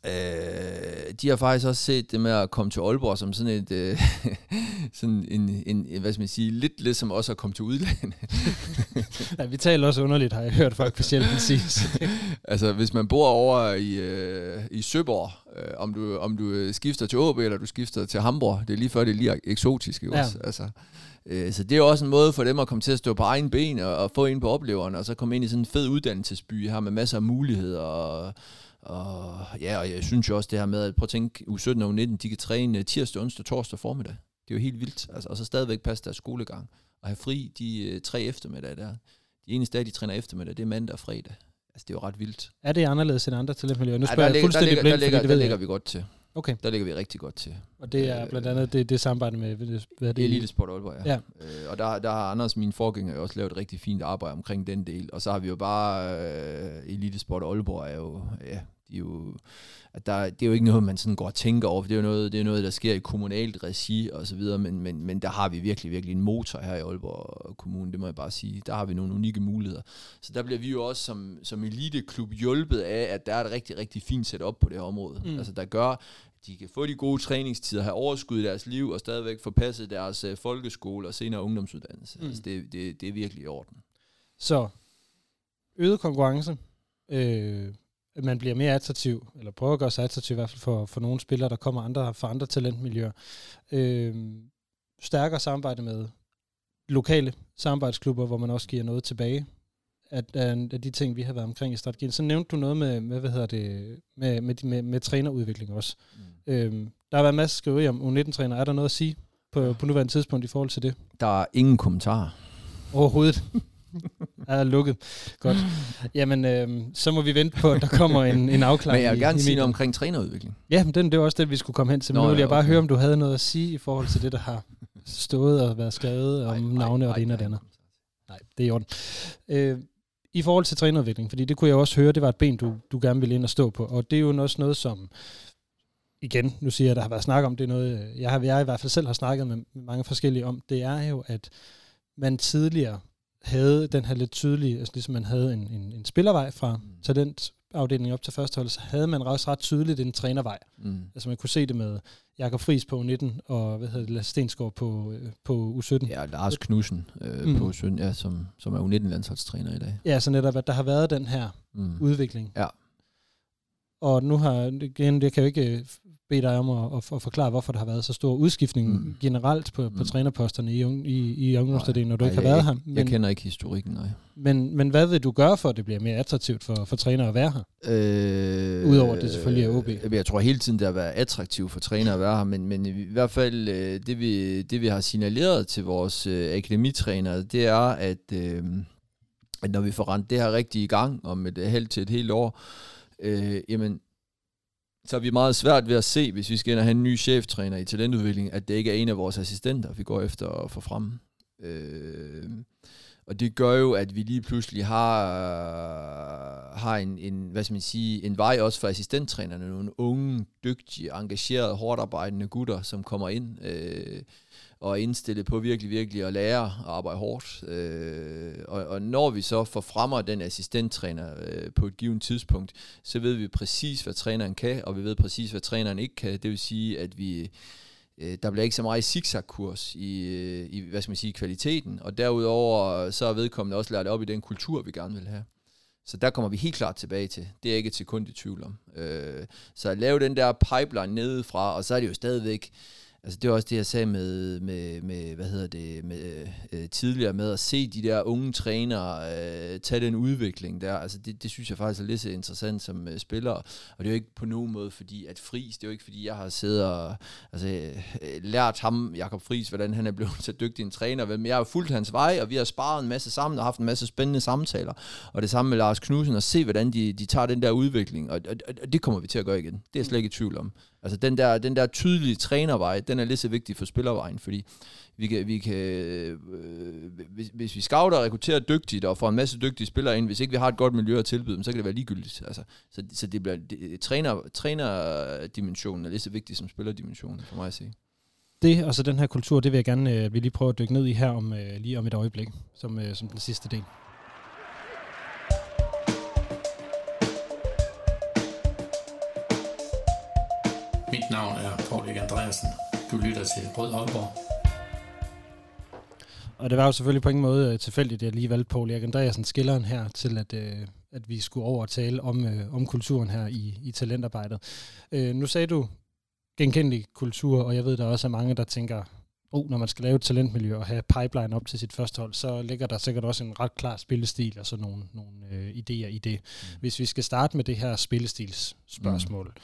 De har faktisk også set det med at komme til Aalborg som sådan et, sådan en hvad skal man sige, lidt ligesom også at komme til udlandet. Ja, vi taler også underligt, har jeg hørt folk på Sjælland sige. Altså, hvis man bor over i Søborg, om du skifter til AB, eller du skifter til Hamburg, det er lige før, det er lige eksotisk, ikke også? Altså, så det er jo også en måde for dem at komme til at stå på egen ben og få ind på opleveren, og så komme ind i sådan en fed uddannelsesby her med masser af muligheder. Og jeg synes jo også det her med, at prøv at tænke, U17 og U19, de kan træne tirsdag, onsdag, torsdag formiddag. Det er jo helt vildt. Altså, og så stadigvæk passe deres skolegang. Og have fri de 3 eftermiddag der. De eneste dage, de træner eftermiddag, det er mandag og fredag. Altså, det er jo ret vildt. Er det anderledes end andre talentmiljøer? Nu spørger jeg fuldstændig blind, der ligger vi godt til. Okay. Der ligger vi rigtig godt til. Og det er blandt andet det samarbejde med... Hvad er det? Elitesport Aalborg, ja. Og der har Anders, min forgænger, også lavet et rigtig fint arbejde omkring den del. Og så har vi jo bare... Elitesport Aalborg er jo... Ja, det er jo ikke noget, man sådan går og tænker over, for det er noget, der sker i kommunalt regi og så videre, men der har vi virkelig en motor her i Aalborg Kommune, det må jeg bare sige. Der har vi nogle unikke muligheder. Så der bliver vi jo også som eliteklub hjulpet af, at der er et rigtig, rigtig fint setup på det her område. Altså der gør, at de kan få de gode træningstider, have overskud i deres liv og stadigvæk få passet deres folkeskole og senere ungdomsuddannelse. Altså det er virkelig i orden. Så øget konkurrence, at man bliver mere attraktiv, eller prøver at gøre sig attraktiv, i hvert fald for nogle spillere, der kommer fra andre talentmiljøer. Stærkere samarbejde med lokale samarbejdsklubber, hvor man også giver noget tilbage af de ting, vi har været omkring i strategien. Så nævnte du noget med trænerudvikling også. Der har været en masse skriverier om U19-træner. Er der noget at sige på nuværende tidspunkt i forhold til det? Der er ingen kommentarer. Overhovedet. Er lukket. Godt. Jamen, så må vi vente på, at der kommer en afklaring. Men jeg vil gerne sige noget omkring trænerudvikling. Ja, men det var også det, vi skulle komme hen til. Men nu vil jeg bare høre, om du havde noget at sige i forhold til det, der har stået og været skrevet om navne og det ene og det andet. Nej, det er i orden. I forhold til trænerudvikling, fordi det kunne jeg også høre, det var et ben, du gerne ville ind og stå på. Og det er jo også noget, som, igen, nu siger jeg, der har været snak om, det er noget, jeg i hvert fald selv har snakket med mange forskellige om. Det er jo, at man tidligere havde den her lidt tydelige, altså ligesom man havde en spillervej fra talentafdelingen op til førstehold, så havde man også ret tydeligt en trænervej. Altså man kunne se det med Jakob Friis på U19, og Lasse Stensgaard på U17. Ja, Lars Knudsen på U17, ja, som er U19-landsholdstræner i dag. Ja, så netop, at der har været den her udvikling. Ja. Og nu det kan jo ikke bede dig om at forklare, hvorfor der har været så stor udskiftning generelt på trænerposterne i ungdomsdelen, når du ikke har været her. Jeg kender ikke historikken, nej. Men hvad vil du gøre for, at det bliver mere attraktivt for trænere at være her? Udover det selvfølgelig er OB. Jeg tror hele tiden, det har været attraktivt for trænere at være her, men i hvert fald det vi har signaleret til vores akademitrænere, det er, at når vi får rendt det her rigtig i gang om et halvt til et helt år, jamen, så er vi meget svært ved at se, hvis vi skal ind og have en ny cheftræner i talentudvikling, at det ikke er en af vores assistenter, vi går efter at få frem. Og det gør jo, at vi lige pludselig har en hvad skal man sige, en vej også for assistenttrænerne, nogle unge, dygtige, engagerede, hårdt arbejdende gutter, som kommer ind og er indstillet på virkelig at lære at arbejde hårdt. Og når vi så får fremmer den assistenttræner på et givet tidspunkt, så ved vi præcis, hvad træneren kan, og vi ved præcis, hvad træneren ikke kan. Det vil sige, at der bliver ikke så meget zigzag-kurs i hvad skal man sige, kvaliteten, og derudover så er vedkommende også lært op i den kultur, vi gerne vil have. Så der kommer vi helt klart tilbage til. Det er ikke et sekund i tvivl om. Så at lave den der pipeline nedefra, og så er det jo stadigvæk, altså det er også det, jeg sagde med tidligere med at se de der unge trænere tage den udvikling der. Altså det synes jeg faktisk er lidt så interessant som spiller. Og det er jo ikke på nogen måde fordi, at Friis, det er jo ikke fordi, jeg har siddet og lært ham, Jakob Friis, hvordan han er blevet så dygtig en træner. Men jeg har fulgt hans vej, og vi har sparet en masse sammen og haft en masse spændende samtaler. Og det samme med Lars Knudsen, og se hvordan de tager den der udvikling. Og det kommer vi til at gøre igen. Det er jeg slet ikke i tvivl om. Altså den der tydelige trænervej, den er lige så vigtig for spillervejen, fordi vi kan hvis vi scouter og rekrutterer dygtigt og får en masse dygtige spillere ind, hvis ikke vi har et godt miljø at tilbyde dem, så kan det være ligegyldigt. Altså, så det bliver trænerdimensionen er lige så vigtig som spillerdimensionen for mig at se. Det og så den her kultur, det vil jeg gerne vi lige prøve at dykke ned i her lige om et øjeblik, som den sidste del. Mit navn er Paul Erik Andreasen. Du lytter til Rød Aalborg. Og det var jo selvfølgelig på ingen måde tilfældigt, at jeg lige valgte Paul Erik Andreasen, skilleren her, til at vi skulle over og tale om kulturen her i talentarbejdet. Nu sagde du genkendelig kultur, og jeg ved, der også er mange, der tænker, når man skal lave et talentmiljø og have pipeline op til sit første hold, så ligger der sikkert også en ret klar spillestil og så nogle idéer i det. Hvis vi skal starte med det her spillestilsspørgsmål,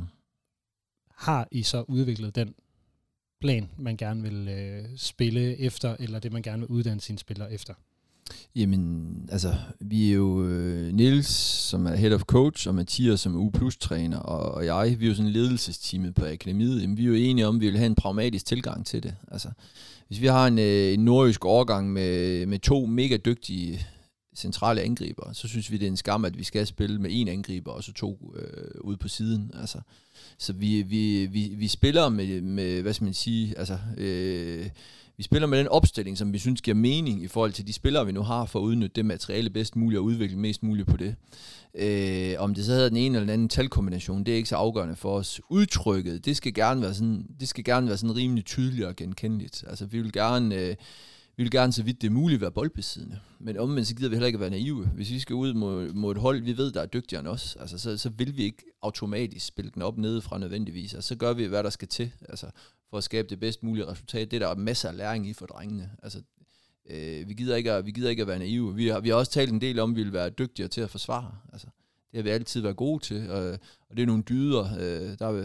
har I så udviklet den plan, man gerne vil spille efter, eller det, man gerne vil uddanne sine spillere efter? Jamen, altså, vi er jo Niels, som er head of coach, og Mathias, som er U+-træner, og jeg, vi er jo sådan en ledelsesteamet på akademiet. Jamen, vi er jo enige om, at vi vil have en pragmatisk tilgang til det. Altså, hvis vi har en nordjysk overgang med 2 mega dygtige centrale angriber, så synes vi, det er en skam, at vi skal spille med 1 angriber, og så 2 ude på siden. Altså, så vi spiller med hvad skal man sige, altså... Vi spiller med den opstilling, som vi synes giver mening i forhold til de spillere, vi nu har, for at udnytte det materiale bedst muligt og udvikle mest muligt på det. Om det så hedder den ene eller den anden talkombination, det er ikke så afgørende for os. Udtrykket, det skal gerne være sådan rimelig tydeligt og genkendeligt. Altså vi vil gerne så vidt det er muligt være boldbesiddende. Men omvendt så gider vi heller ikke at være naive. Hvis vi skal ud mod et hold, vi ved, der er dygtigere end os, altså, så vil vi ikke automatisk spille den op nedefra nødvendigvis. Altså, så gør vi, hvad der skal til, altså, for at skabe det bedst mulige resultat. Det der er masser af læring i for drengene. Altså, vi gider ikke at være naive. Vi har også talt en del om, at vi vil være dygtigere til at forsvare. Altså, det har vi altid været gode til, og det er nogle dyder,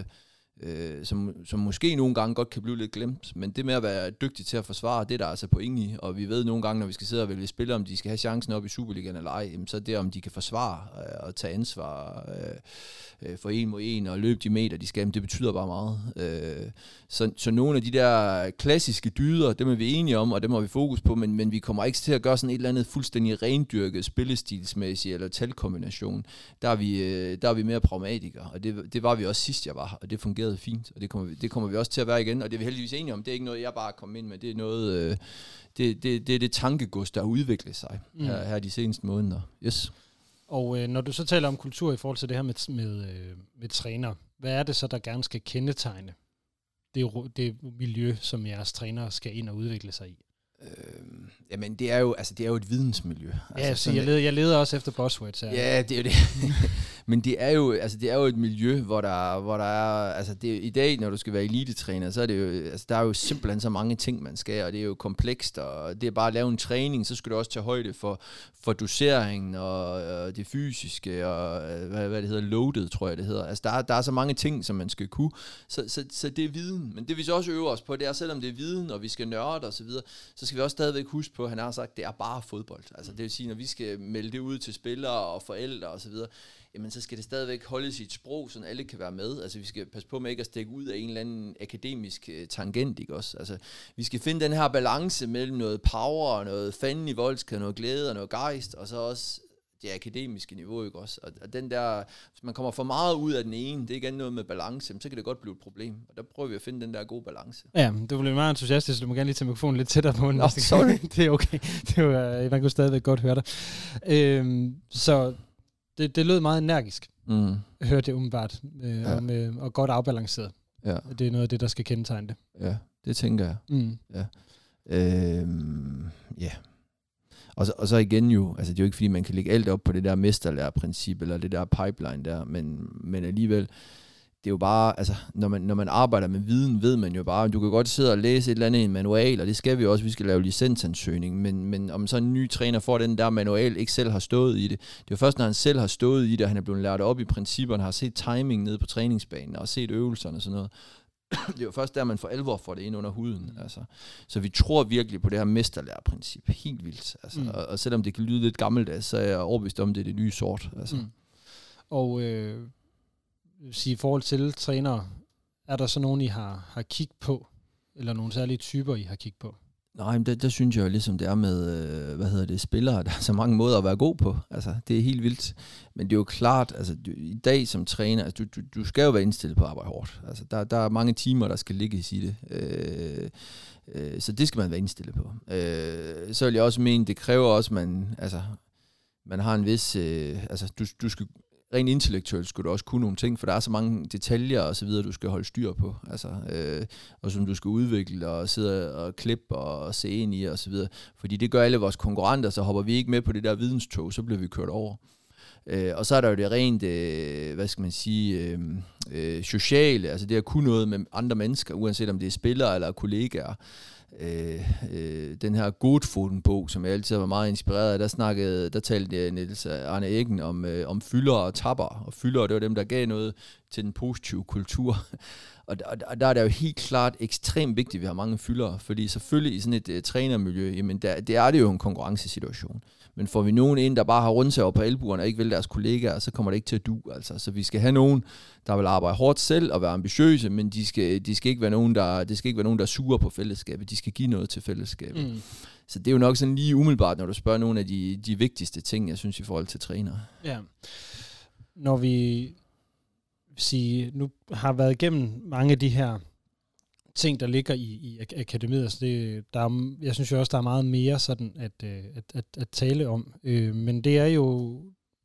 som måske nogle gange godt kan blive lidt glemt, men det med at være dygtig til at forsvare, det er der altså point i, og vi ved nogle gange, når vi skal sidde og vælge spillere, om de skal have chancen op i Superligaen eller ej, så er det, om de kan forsvare og tage ansvar for 1 mod 1 og løbe de meter, de skal, det betyder bare meget. Så nogle af de der klassiske dyder, dem er vi enige om, og dem har vi fokus på, men vi kommer ikke til at gøre sådan et eller andet fuldstændig rendyrket spillestilsmæssigt eller talkombination. Der er vi mere pragmatikere, og det var vi også sidst, jeg var her, og det fungerede fint, og det kommer vi også til at være igen, og det er vi heldigvis enige om. Det er ikke noget, jeg bare kommer ind med, det er noget, det er det tankegods, der har udviklet sig her de seneste måneder. Yes. Og når du så taler om kultur i forhold til det her med træner, hvad er det så, der gerne skal kendetegne det miljø, som jeres trænere skal ind og udvikle sig i? Jamen det er jo et vidensmiljø. Altså, jeg leder også efter buzzwords her. Ja, det er jo det. Men det er jo et miljø, hvor der er, altså det i dag, når du skal være elitetræner, så er det jo, altså der er jo simpelthen så mange ting man skal, og det er jo komplekst, og det er bare at lave en træning, så skal du også tage højde for doseringen og det fysiske og hvad det hedder, loaded, tror jeg det hedder. Altså der er så mange ting, som man skal kunne. Så det er viden, men det vi så også øver os på, det er, selvom det er viden, og vi skal nørde og så videre, så skal vi også stadigvæk huske på, at han har sagt, det er bare fodbold. Altså det vil sige, når vi skal melde det ud til spillere og forældre og så videre, jamen så skal det stadigvæk holdes i et sprog, så alle kan være med. Altså vi skal passe på med ikke at stikke ud af en eller anden akademisk tangent, ikke også? Altså vi skal finde den her balance mellem noget power og noget fanden i voldskab, noget glæde og noget gejst, og så også det akademiske niveau, ikke også? Og den der, hvis man kommer for meget ud af den ene, det er ikke noget med balance, så kan det godt blive et problem. Og der prøver vi at finde den der gode balance. Ja, du bliver meget entusiastisk, så du må gerne lige tage mikrofonen lidt tættere på den. Nå, sorry. Det er okay. Man kunne stadigvæk godt høre dig. Så det lød meget energisk, hørte jeg umiddelbart, og godt afbalanceret. Ja. Det er noget af det, der skal kendetegne det. Ja, det tænker jeg. Ja. Ja. Og så igen jo, altså det er jo ikke fordi, man kan lægge alt op på det der mesterlærerprincip, eller det der pipeline der, men alligevel, det er jo bare, altså når man arbejder med viden, ved man jo bare, du kan godt sidde og læse et eller andet i en manual, og det skal vi også, vi skal lave licensansøgning, men om så en ny træner får den der manual, ikke selv har stået i det. Det er jo først, når han selv har stået i det, og han er blevet lært op i principperne, har set timing nede på træningsbanen, og set øvelserne og sådan noget. Det er jo først der, man for alvor får det ind under huden. Altså. Så vi tror virkelig på det her mesterlærerprincip. Helt vildt. Altså. Og selvom det kan lyde lidt gammeldags, så er jeg overbevist om, det er det nye sort. Altså. Og i forhold til trænere, er der så nogen, I har kigget på? Eller nogle særlige typer, I har kigget på? Nej, men der synes jeg jo ligesom det er med, spillere, der er så mange måder at være god på. Altså, det er helt vildt. Men det er jo klart, altså i dag som træner, altså, du skal jo være indstillet på at arbejde hårdt. Altså, der er mange timer, der skal ligge i det. Så det skal man være indstillet på. Så vil jeg også mene, det kræver også, man har en vis, du skal rent intellektuelt skulle du også kunne nogle ting, for der er så mange detaljer og så videre, du skal holde styr på, altså, og som du skal udvikle og sidde og klippe og se ind i og så videre. Fordi det gør alle vores konkurrenter, så hopper vi ikke med på det der videnstog, så bliver vi kørt over. Og så er der jo det rent, hvad skal man sige, sociale, altså det at kunne noget med andre mennesker, uanset om det er spillere eller kollegaer. Den her Godfoten-bog, som jeg altid var meget inspireret af, der talte Niels Arne Eggen om fyldere og tapper, og fyldere, det var dem, der gav noget til den positive kultur. Og der er det jo helt klart ekstremt vigtigt, at vi har mange fyldere, fordi selvfølgelig i sådan et trænermiljø, jamen det er det jo en konkurrencesituation. Men får vi nogen ind, der bare har rundt sig over på albuerne og ikke vil deres kollegaer, så kommer det ikke til at du. Altså. Så vi skal have nogen, der vil arbejde hårdt selv og være ambitiøse, men de skal ikke være nogen, der er sure på fællesskabet. De skal give noget til fællesskabet. Mm. Så det er jo nok sådan lige umiddelbart, når du spørger nogle af de vigtigste ting, jeg synes, i forhold til trænere. Ja. Når vi nu har været igennem mange af de her ting, der ligger i akademiet, altså jeg synes jo også, der er meget mere sådan at tale om. Men det er jo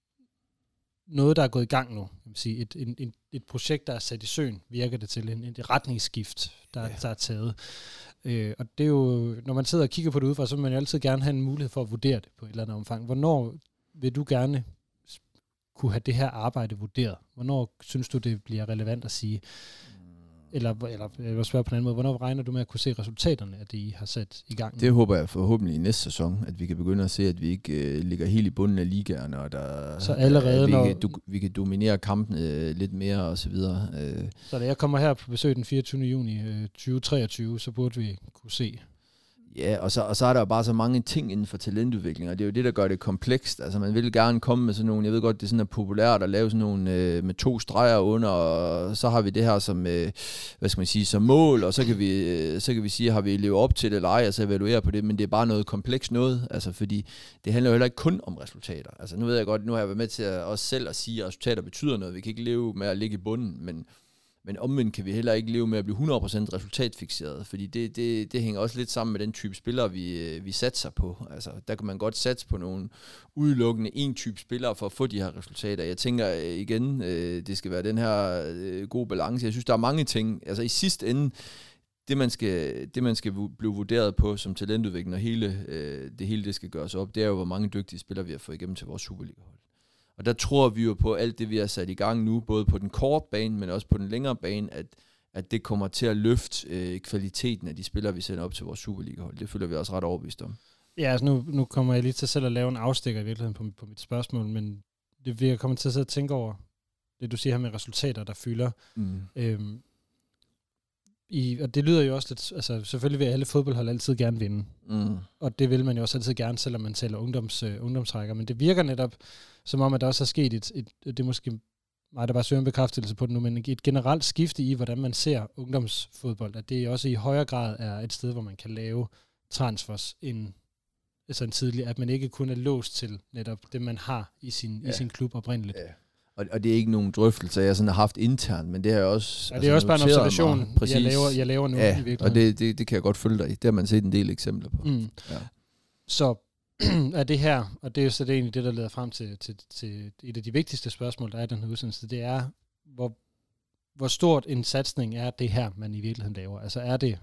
noget, der er gået i gang nu. Jeg vil sige, et projekt, der er sat i søen, virker det til en retningsskift, der er taget. Og det er jo, når man sidder og kigger på det udefra, så vil man jo altid gerne have en mulighed for at vurdere det på et eller andet omfang. Hvornår vil du gerne kunne have det her arbejde vurderet? Hvornår synes du, det bliver relevant at sige? Eller jeg vil spørge på en anden måde, hvornår regner du med at kunne se resultaterne af det, I har sat i gang? Det håber jeg forhåbentlig i næste sæson, at vi kan begynde at se, at vi ikke ligger helt i bunden af ligaerne, og så allerede vi kan dominere kampen lidt mere og så videre. Så da jeg kommer her på besøg den 24. juni 2023, så burde vi kunne se. Ja, og så er der jo bare så mange ting inden for talentudvikling, og det er jo det, der gør det komplekst. Altså man vil gerne komme med sådan nogle, jeg ved godt, det er sådan populært at lave sådan nogle med 2 streger under, og så har vi det her som, hvad skal man sige, som mål, og så kan vi sige, har vi levet op til det eller ej, og så evaluere på det, men det er bare noget komplekst noget, altså fordi det handler jo heller ikke kun om resultater. Altså nu ved jeg godt, nu har jeg været med til også selv at sige, at resultater betyder noget. Vi kan ikke leve med at ligge i bunden, men omvendt kan vi heller ikke leve med at blive 100% resultatfixeret, fordi det hænger også lidt sammen med den type spillere, vi satser på. Altså, der kan man godt satse på nogle udelukkende en type spillere for at få de her resultater. Jeg tænker igen, det skal være den her gode balance. Jeg synes, der er mange ting. Altså i sidste ende, det man skal blive vurderet på som talentudvikling, og det hele skal gøres op, det er jo, hvor mange dygtige spillere vi har fået igennem til vores Superliga-hold. Og der tror vi jo på alt det, vi har sat i gang nu, både på den korte bane, men også på den længere bane, at det kommer til at løfte kvaliteten af de spillere, vi sender op til vores Superliga-hold. Det føler vi også ret overbevist om. Ja, altså nu kommer jeg lige til selv at lave en afstikker i virkeligheden på mit spørgsmål, men det vil jeg komme til at tænke over, det du siger her med resultater, der fylder. Og det lyder jo også lidt, altså selvfølgelig vil alle fodboldhold altid gerne vinde. Og det vil man jo også altid gerne, selvom man taler ungdomsrækker. Men det virker netop, som om at der også er sket det er måske mig, der bare søger en bekræftelse på det nu, men et generelt skifte i, hvordan man ser ungdomsfodbold, at det også i højere grad er et sted, hvor man kan lave transfers en tidlig, at man ikke kun er låst til netop det, man har i sin klub oprindeligt. Ja. Og det er ikke nogen drøftelser, jeg sådan har haft internt, men det har jeg også... Ja, det er også bare en observation, jeg laver nu i virkeligheden. Og det kan jeg godt følge dig i. Det har man set en del eksempler på. Ja. Så er det her, og det er jo så det egentlig det, der leder frem til et af de vigtigste spørgsmål, der er i den her udsendelse, det er, hvor stort en satsning er det her, man i virkeligheden laver? Altså er det...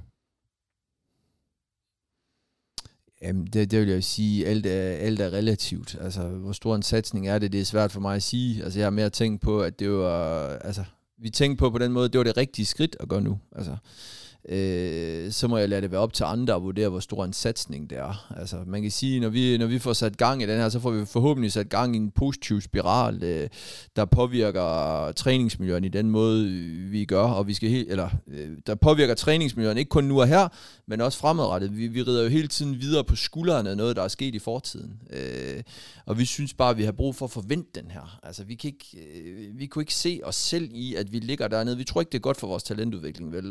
Jamen, det vil jeg sige, alt er relativt. Altså, hvor stor en satsning er det? Det er svært for mig at sige. Altså, jeg har mere tænkt på, at det var... Altså, vi tænkte på den måde, det var det rigtige skridt at gøre nu. Altså, så må jeg lade det være op til andre at vurdere, hvor stor en satsning det er. Altså, man kan sige, når vi får sat gang i den her, så får vi forhåbentlig sat gang i en positiv spiral, der påvirker træningsmiljøen i den måde, vi gør, og vi skal der påvirker træningsmiljøen ikke kun nu og her, men også fremadrettet. Vi rider jo hele tiden videre på skuldrene af noget, der er sket i fortiden. Og vi synes bare, at vi har brug for at forvente den her. Altså, vi kunne ikke se os selv i, at vi ligger dernede. Vi tror ikke, det er godt for vores talentudvikling, vel?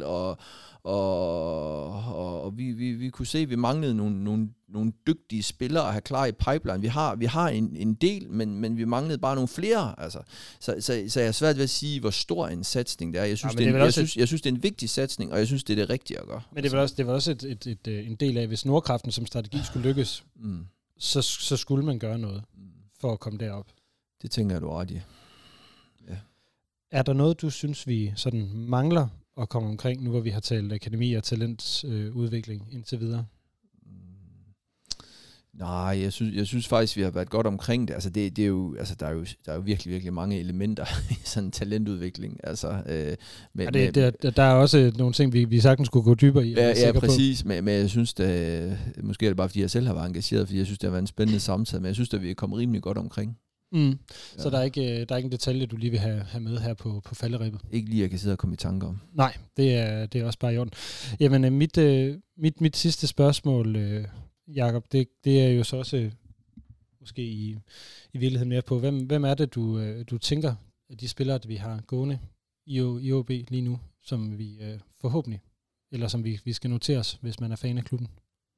Og vi kunne se, at vi manglede nogle dygtige spillere at have klar i pipeline. Vi har en del, men vi manglede bare nogle flere. Altså. Så jeg er svært ved at sige, hvor stor en satsning det er. Jeg synes, jeg synes, det er en vigtig satsning, og jeg synes, det er det rigtige at gøre. Men det var også en del af, hvis Nordkraften som strategi skulle lykkes, så skulle man gøre noget for at komme derop. Det tænker jeg, du ret i. Er der noget, du synes, vi sådan mangler at komme omkring, nu hvor vi har talt akademi og talentudvikling indtil videre? Nej, jeg synes faktisk, vi har været godt omkring det. Altså, det er jo, altså, der er jo virkelig, virkelig mange elementer i sådan en talentudvikling. Altså, der er også nogle ting, vi sagtens skulle gå dybere i. Ja, præcis. Men jeg synes, måske er det bare, fordi jeg selv har været engageret, fordi jeg synes, det har været en spændende samtale, men jeg synes, at vi er kommet rimelig godt omkring. Ja. Så der er ikke en detalje, du lige vil have med her på falderibet? Ikke lige, jeg kan sidde og komme i tanker om. Nej, det er også bare i orden. Jamen, mit sidste spørgsmål, Jakob, det er jo så også måske i virkeligheden mere på, hvem er det, du tænker, at de spillere, vi har gående i OB lige nu, som vi forhåbentlig, eller som vi skal notere os, hvis man er fan af klubben?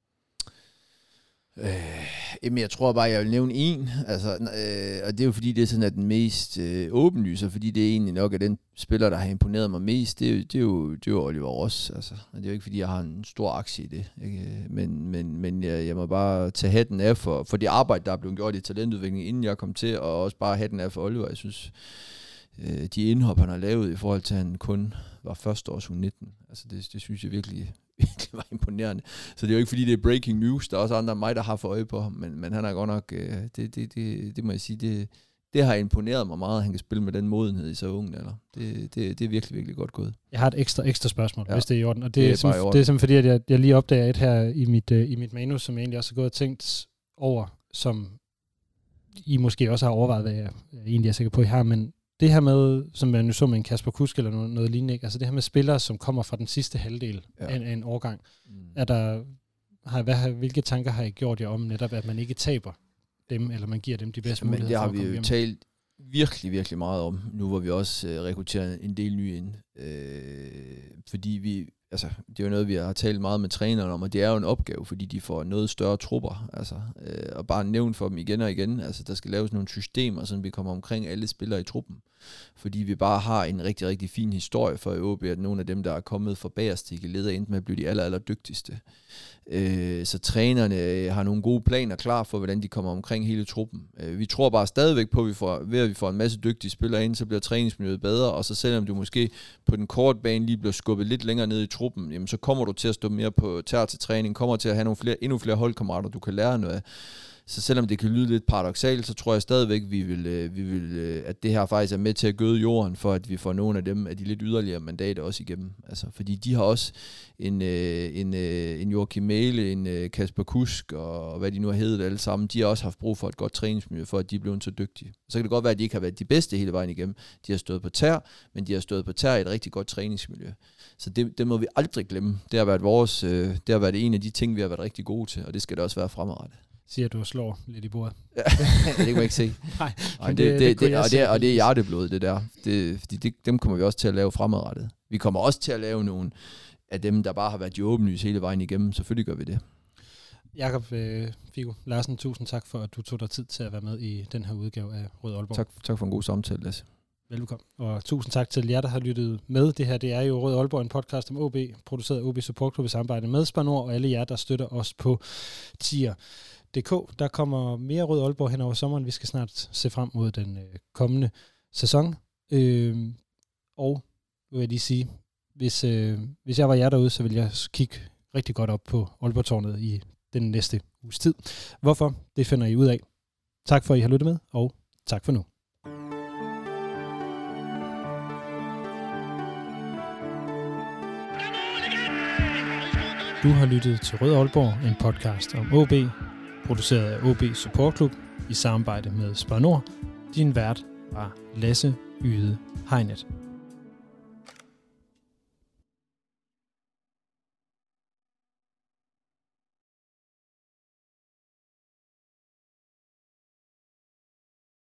Jeg tror bare, jeg vil nævne en, altså, og det er jo fordi, det er sådan, at den mest åbenlyse, fordi det er egentlig nok af den spiller, der har imponeret mig mest, det er jo Oliver Ross, altså. Det er jo ikke fordi, jeg har en stor aktie i det, ikke? Men jeg må bare tage hatten af for det arbejde, der er blevet gjort i talentudviklingen, inden jeg kom til, og også bare hatten af for Oliver. Jeg synes, de indhop, han har lavet i forhold til, at han kun var førsteårs U19, altså det synes jeg virkelig var imponerende. Så det er jo ikke fordi, det er breaking news. Der er også andre end mig, der har for øje på ham, men han er godt nok, det må jeg sige, det har imponeret mig meget, at han kan spille med den modenhed i så ung alder. Det er virkelig, virkelig godt gået. Jeg har et ekstra spørgsmål, hvis det er i orden. Og det er simpelthen fordi, at jeg lige opdager et her i mit manus, som jeg egentlig også har gået og tænkt over, som I måske også har overvejet, hvad jeg egentlig er sikker på, I har, men det her med, som man nu så med en Kasper Kusk eller noget lignende, ikke? Altså det her med spillere, som kommer fra den sidste halvdel af en årgang. Hvilke tanker har I gjort jer om netop, at man ikke taber dem, eller man giver dem de bedste muligheder? Men det har vi jo talt virkelig, virkelig meget om, nu hvor vi også rekrutterer en del nye ind. Fordi det er jo noget, vi har talt meget med trænerne om, og det er jo en opgave, fordi de får noget større trupper, og bare nævnt for dem igen og igen, der skal laves nogle systemer, så vi kommer omkring alle spillere i truppen, fordi vi bare har en rigtig, rigtig fin historie for OB, at nogle af dem, der er kommet fra bagerst, ikke leder ind med at blive de aller dygtigste. Så trænerne har nogle gode planer klar for, hvordan de kommer omkring hele truppen. Vi tror bare stadigvæk på, at vi får en masse dygtige spillere ind, så bliver træningsmiljøet bedre, og så selvom du måske på den korte bane lige bliver skubbet lidt længere ned i truppen, jamen så kommer du til at stå mere på tær til træning, kommer til at have endnu flere holdkammerater, du kan lære noget af. Så selvom det kan lyde lidt paradoksalt, så tror jeg stadigvæk, vi vil, at det her faktisk er med til at gøde jorden, for at vi får nogle af dem af de lidt yderligere mandater også igennem. Fordi de har også en Joachim Mæhle, en Kasper Kusk, og hvad de nu har heddet alle sammen, de har også haft brug for et godt træningsmiljø, for at de er blevet så dygtige. Så kan det godt være, at de ikke har været de bedste hele vejen igennem. De har stået på tær, men de har stået på tær i et rigtig godt træningsmiljø. Så det må vi aldrig glemme. Det har været en af de ting, vi har været rigtig gode til, og det skal det også være fremadrettet. Siger du slår lidt i bordet. Det kan man ikke se. Nej, og det er hjerteblod, det der. Dem kommer vi også til at lave fremadrettet. Vi kommer også til at lave nogle af dem, der bare har været de åbenlyse hele vejen igennem. Selvfølgelig gør vi det. Jakob Figo Larsen, tusind tak for, at du tog dig tid til at være med i den her udgave af Rød Aalborg. Tak for en god samtale, Lasse. Velkommen. Og tusind tak til jer, der har lyttet med. Det her, det er jo Rød Aalborg, en podcast om OB, produceret af OB Support Club i samarbejde med Spar Nord, og alle jer, der støtter os på tier.dk. Der kommer mere Rød Aalborg hen over sommeren. Vi skal snart se frem mod den kommende sæson. Og vil jeg lige sige, hvis jeg var jer derude, så ville jeg kigge rigtig godt op på Aalborg-tårnet i den næste uges tid. Hvorfor? Det finder I ud af. Tak for, at I har lyttet med, og tak for nu. Du har lyttet til Rød Aalborg, en podcast om OB, produceret af OB Support Club i samarbejde med Spar Nord. Din vært var Lasse Yde Hegnet.